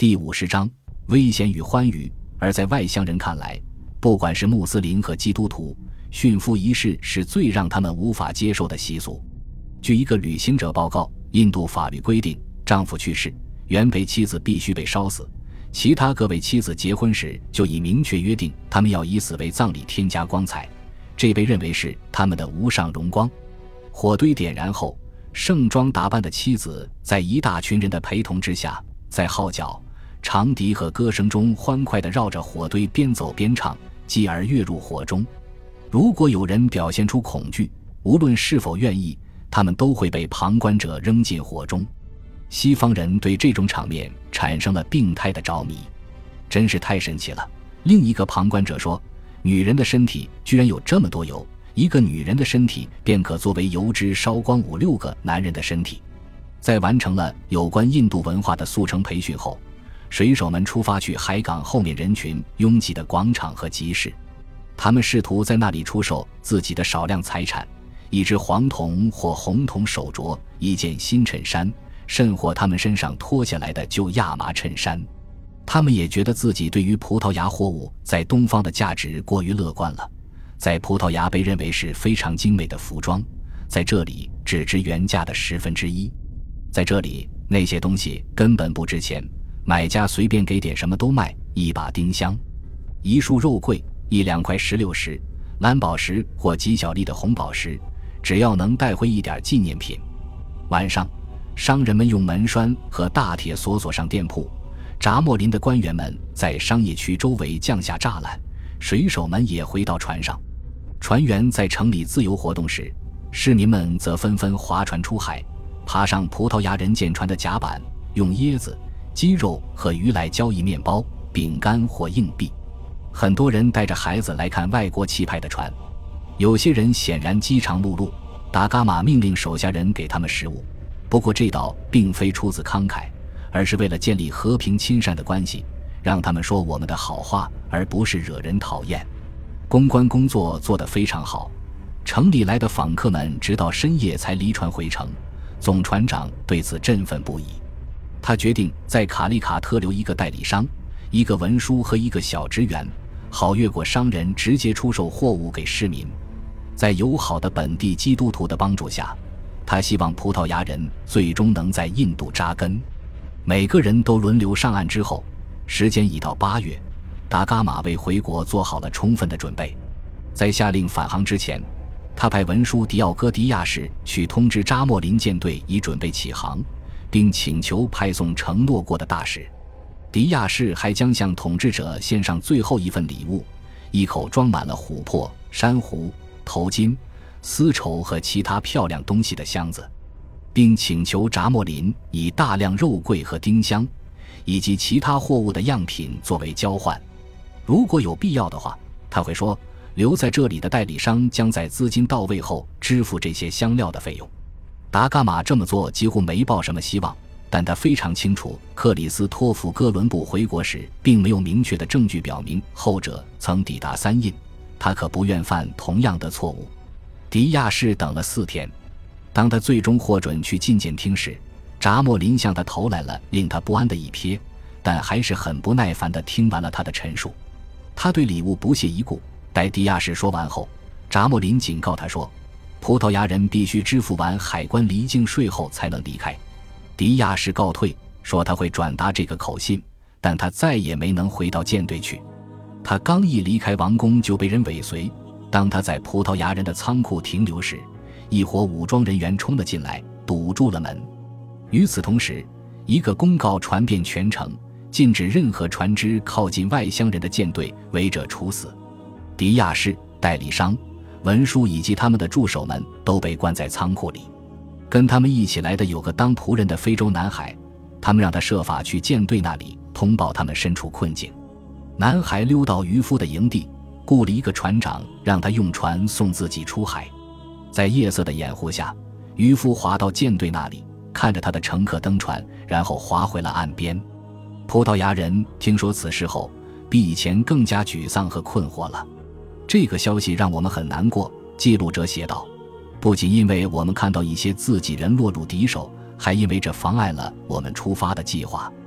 第50章危险与欢愉。而在外乡人看来，不管是穆斯林和基督徒，殉夫仪式是最让他们无法接受的习俗。据一个旅行者报告，印度法律规定，丈夫去世，原配妻子必须被烧死，其他各位妻子结婚时就已明确约定，他们要以死为葬礼添加光彩，这被认为是他们的无上荣光。火堆点燃后，盛装打扮的妻子在一大群人的陪同之下，在号角、长笛和歌声中欢快地绕着火堆边走边唱，继而跃入火中。如果有人表现出恐惧，无论是否愿意，他们都会被旁观者扔进火中。西方人对这种场面产生了病态的着迷，真是太神奇了。另一个旁观者说，女人的身体居然有这么多油，一个女人的身体便可作为油脂烧光5-6个男人的身体。在完成了有关印度文化的速成培训后，水手们出发去海港后面人群拥挤的广场和集市，他们试图在那里出售自己的少量财产，一只黄铜或红铜手镯，一件新衬衫，甚或他们身上脱下来的旧亚麻衬衫。他们也觉得自己对于葡萄牙货物在东方的价值过于乐观了，在葡萄牙被认为是非常精美的服装，在这里只值原价的1/10。在这里那些东西根本不值钱，买家随便给点什么都卖，一把丁香，一束肉桂，1-2块16石，蓝宝石或极小粒的红宝石，只要能带回一点纪念品。晚上，商人们用门栓和大铁锁上店铺，扎莫林的官员们在商业区周围降下栅栏，水手们也回到船上。船员在城里自由活动时，市民们则纷纷划船出海，爬上葡萄牙人舰船的甲板，用椰子、鸡肉和鱼来交易面包、饼干或硬币。很多人带着孩子来看外国气派的船，有些人显然饥肠辘辘，达伽马命令手下人给他们食物。不过这倒并非出自慷慨，而是为了建立和平亲善的关系，让他们说我们的好话，而不是惹人讨厌。公关工作做得非常好，城里来的访客们直到深夜才离船回城，总船长对此振奋不已。他决定在卡利卡特留一个代理商、一个文书和一个小职员，好越过商人直接出售货物给市民。在友好的本地基督徒的帮助下，他希望葡萄牙人最终能在印度扎根。每个人都轮流上岸之后，时间已到8月，达伽马为回国做好了充分的准备。在下令返航之前，他派文书迪奥戈迪亚士去通知扎莫林舰队已准备起航，并请求派送承诺过的大使。迪亚士还将向统治者献上最后一份礼物，一口装满了琥珀、珊瑚、头巾、丝绸和其他漂亮东西的箱子，并请求扎莫林以大量肉桂和丁香以及其他货物的样品作为交换。如果有必要的话，他会说，留在这里的代理商将在资金到位后支付这些香料的费用。达伽马这么做几乎没抱什么希望，但他非常清楚克里斯托弗·哥伦布回国时并没有明确的证据表明后者曾抵达3印，他可不愿犯同样的错误。迪亚士等了4天，当他最终获准去觐见厅时，扎莫林向他投来了令他不安的一瞥，但还是很不耐烦地听完了他的陈述。他对礼物不屑一顾，待迪亚士说完后，扎莫林警告他说，葡萄牙人必须支付完海关离境税后才能离开。迪亚士告退，说他会转达这个口信，但他再也没能回到舰队去。他刚一离开王宫就被人尾随，当他在葡萄牙人的仓库停留时，一伙武装人员冲了进来，堵住了门。与此同时，一个公告传遍全城，禁止任何船只靠近外乡人的舰队，违者处死。迪亚士、代理商、文书以及他们的助手们都被关在仓库里。跟他们一起来的有个当仆人的非洲男孩，他们让他设法去舰队那里通报他们身处困境。男孩溜到渔夫的营地，雇了一个船长，让他用船送自己出海。在夜色的掩护下，渔夫划到舰队那里，看着他的乘客登船，然后划回了岸边。葡萄牙人听说此事后，比以前更加沮丧和困惑了。这个消息让我们很难过，记录者写道，不仅因为我们看到一些自己人落入敌手，还因为这妨碍了我们出发的计划。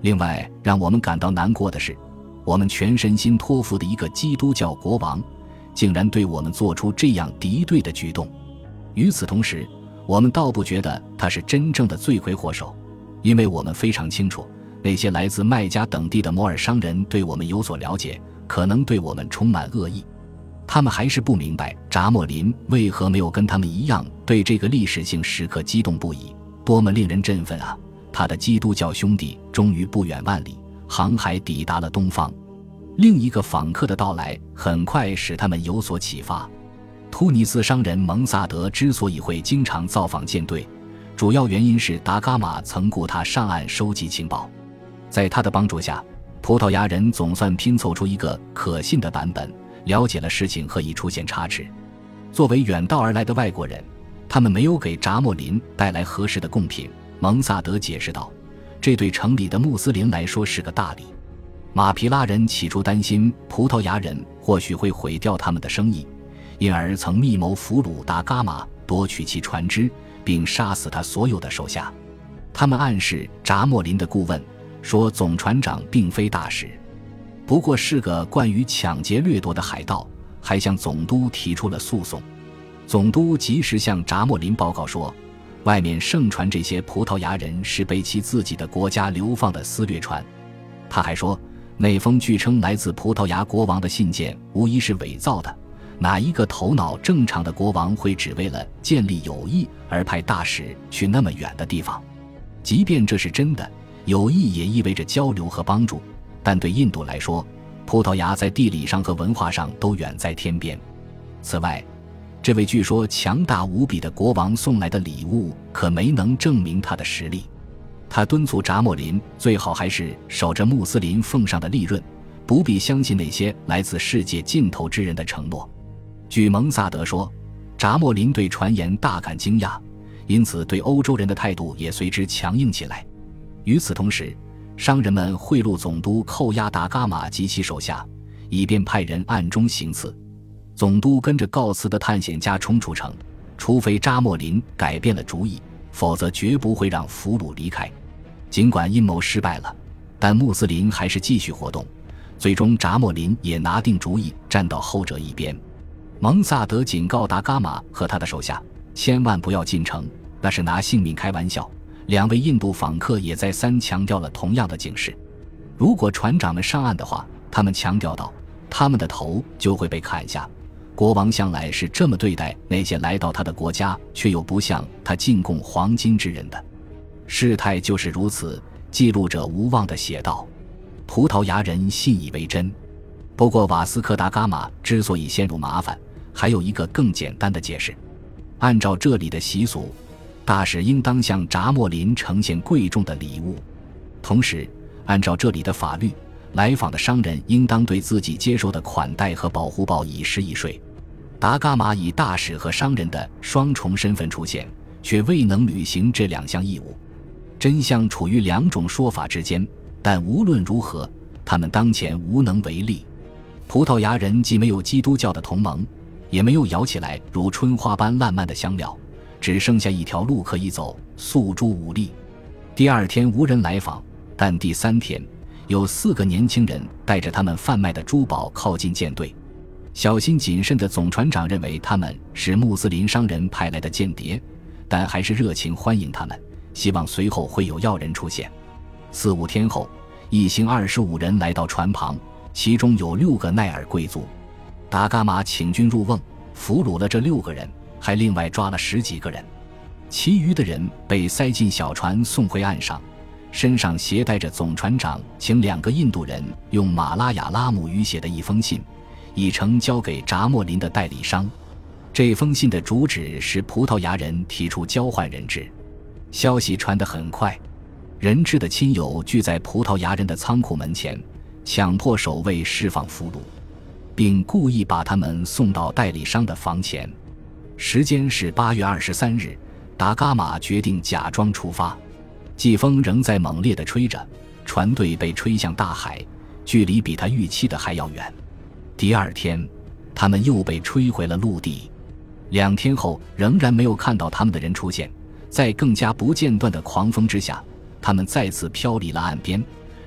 另外，让我们感到难过的是，我们全身心托付的一个基督教国王，竟然对我们做出这样敌对的举动。与此同时，我们倒不觉得他是真正的罪魁祸首，因为我们非常清楚，那些来自麦加等地的摩尔商人对我们有所了解，可能对我们充满恶意。他们还是不明白扎莫林为何没有跟他们一样对这个历史性时刻激动不已，多么令人振奋啊！他的基督教兄弟终于不远万里航海抵达了东方。另一个访客的到来很快使他们有所启发。突尼斯商人蒙萨德之所以会经常造访舰队，主要原因是达伽马曾雇他上岸收集情报。在他的帮助下，葡萄牙人总算拼凑出一个可信的版本，了解了事情何以出现差池。作为远道而来的外国人，他们没有给扎莫林带来合适的贡品。蒙萨德解释道，这对城里的穆斯林来说是个大礼。马皮拉人起初担心葡萄牙人或许会毁掉他们的生意，因而曾密谋俘虏达伽马，夺取其船只，并杀死他所有的手下。他们暗示扎莫林的顾问说，总船长并非大使，不过是个惯于抢劫掠夺的海盗，还向总督提出了诉讼。总督及时向扎莫林报告说，外面盛传这些葡萄牙人是被其自己的国家流放的私掠船。他还说，那封据称来自葡萄牙国王的信件无疑是伪造的，哪一个头脑正常的国王会只为了建立友谊而派大使去那么远的地方？即便这是真的，友谊也意味着交流和帮助，但对印度来说，葡萄牙在地理上和文化上都远在天边。此外，这位据说强大无比的国王送来的礼物可没能证明他的实力。他敦促扎莫林最好还是守着穆斯林奉上的利润，不必相信那些来自世界尽头之人的承诺。据蒙萨德说，扎莫林对传言大感惊讶，因此对欧洲人的态度也随之强硬起来。与此同时，商人们贿赂总督扣押达伽马及其手下，以便派人暗中行刺。总督跟着告辞的探险家冲出城，除非扎莫林改变了主意，否则绝不会让俘虏离开。尽管阴谋失败了，但穆斯林还是继续活动，最终扎莫林也拿定主意站到后者一边。蒙萨德警告达伽马和他的手下，千万不要进城，那是拿性命开玩笑。两位印度访客也再三强调了同样的警示。如果船长们上岸的话，他们强调道，他们的头就会被砍下。国王向来是这么对待那些来到他的国家却又不向他进贡黄金之人的。事态就是如此，记录者无望地写道。葡萄牙人信以为真。不过瓦斯科达伽马之所以陷入麻烦，还有一个更简单的解释。按照这里的习俗，大使应当向扎莫林呈现贵重的礼物，同时按照这里的法律，来访的商人应当对自己接受的款待和保护报以实以税。达伽马以大使和商人的双重身份出现，却未能履行这两项义务。真相处于两种说法之间，但无论如何，他们当前无能为力。葡萄牙人既没有基督教的同盟，也没有摇起来如春花般烂漫的香料，只剩下一条路可以走，诉诸武力。第二天无人来访，但第三天有4个年轻人带着他们贩卖的珠宝靠近舰队。小心谨慎的总船长认为他们是穆斯林商人派来的间谍，但还是热情欢迎他们，希望随后会有要人出现。4-5天后，一行25人来到船旁，其中有6个奈尔贵族。达伽马请军入瓮，俘虏了这6个人，还另外抓了10几个人。其余的人被塞进小船送回岸上，身上携带着总船长请2个印度人用马拉雅拉姆语写的一封信，已呈交给扎莫林的代理商。这封信的主旨是葡萄牙人提出交换人质。消息传得很快，人质的亲友聚在葡萄牙人的仓库门前，强迫守卫释放俘虏，并故意把他们送到代理商的房前。时间是8月23日，达伽马决定假装出发。季风仍在猛烈地吹着，船队被吹向大海，距离比他预期的还要远。第二天，他们又被吹回了陆地。2天后，仍然没有看到他们的人出现。在更加不间断的狂风之下，他们再次飘离了岸边，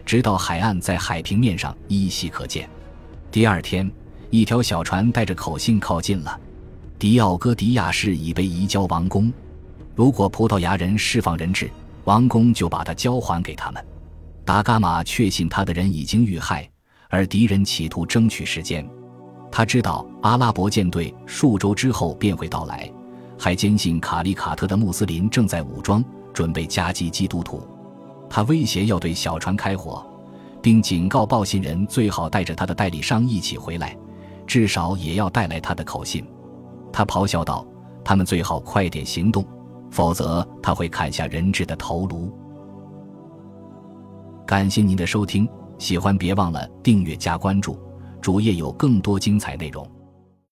直到海岸在海平面上依稀可见。第二天，一条小船带着口信靠近了。迪奥哥迪亚市已被移交王宫，如果葡萄牙人释放人质，王宫就把他交还给他们。达伽马确信他的人已经遇害，而敌人企图争取时间。他知道阿拉伯舰队数周之后便会到来，还坚信卡利卡特的穆斯林正在武装，准备夹击基督徒。他威胁要对小船开火，并警告报信人最好带着他的代理商一起回来，至少也要带来他的口信。他咆哮道，他们最好快点行动，否则他会砍下人质的头颅。感谢您的收听，喜欢别忘了订阅加关注，主页有更多精彩内容。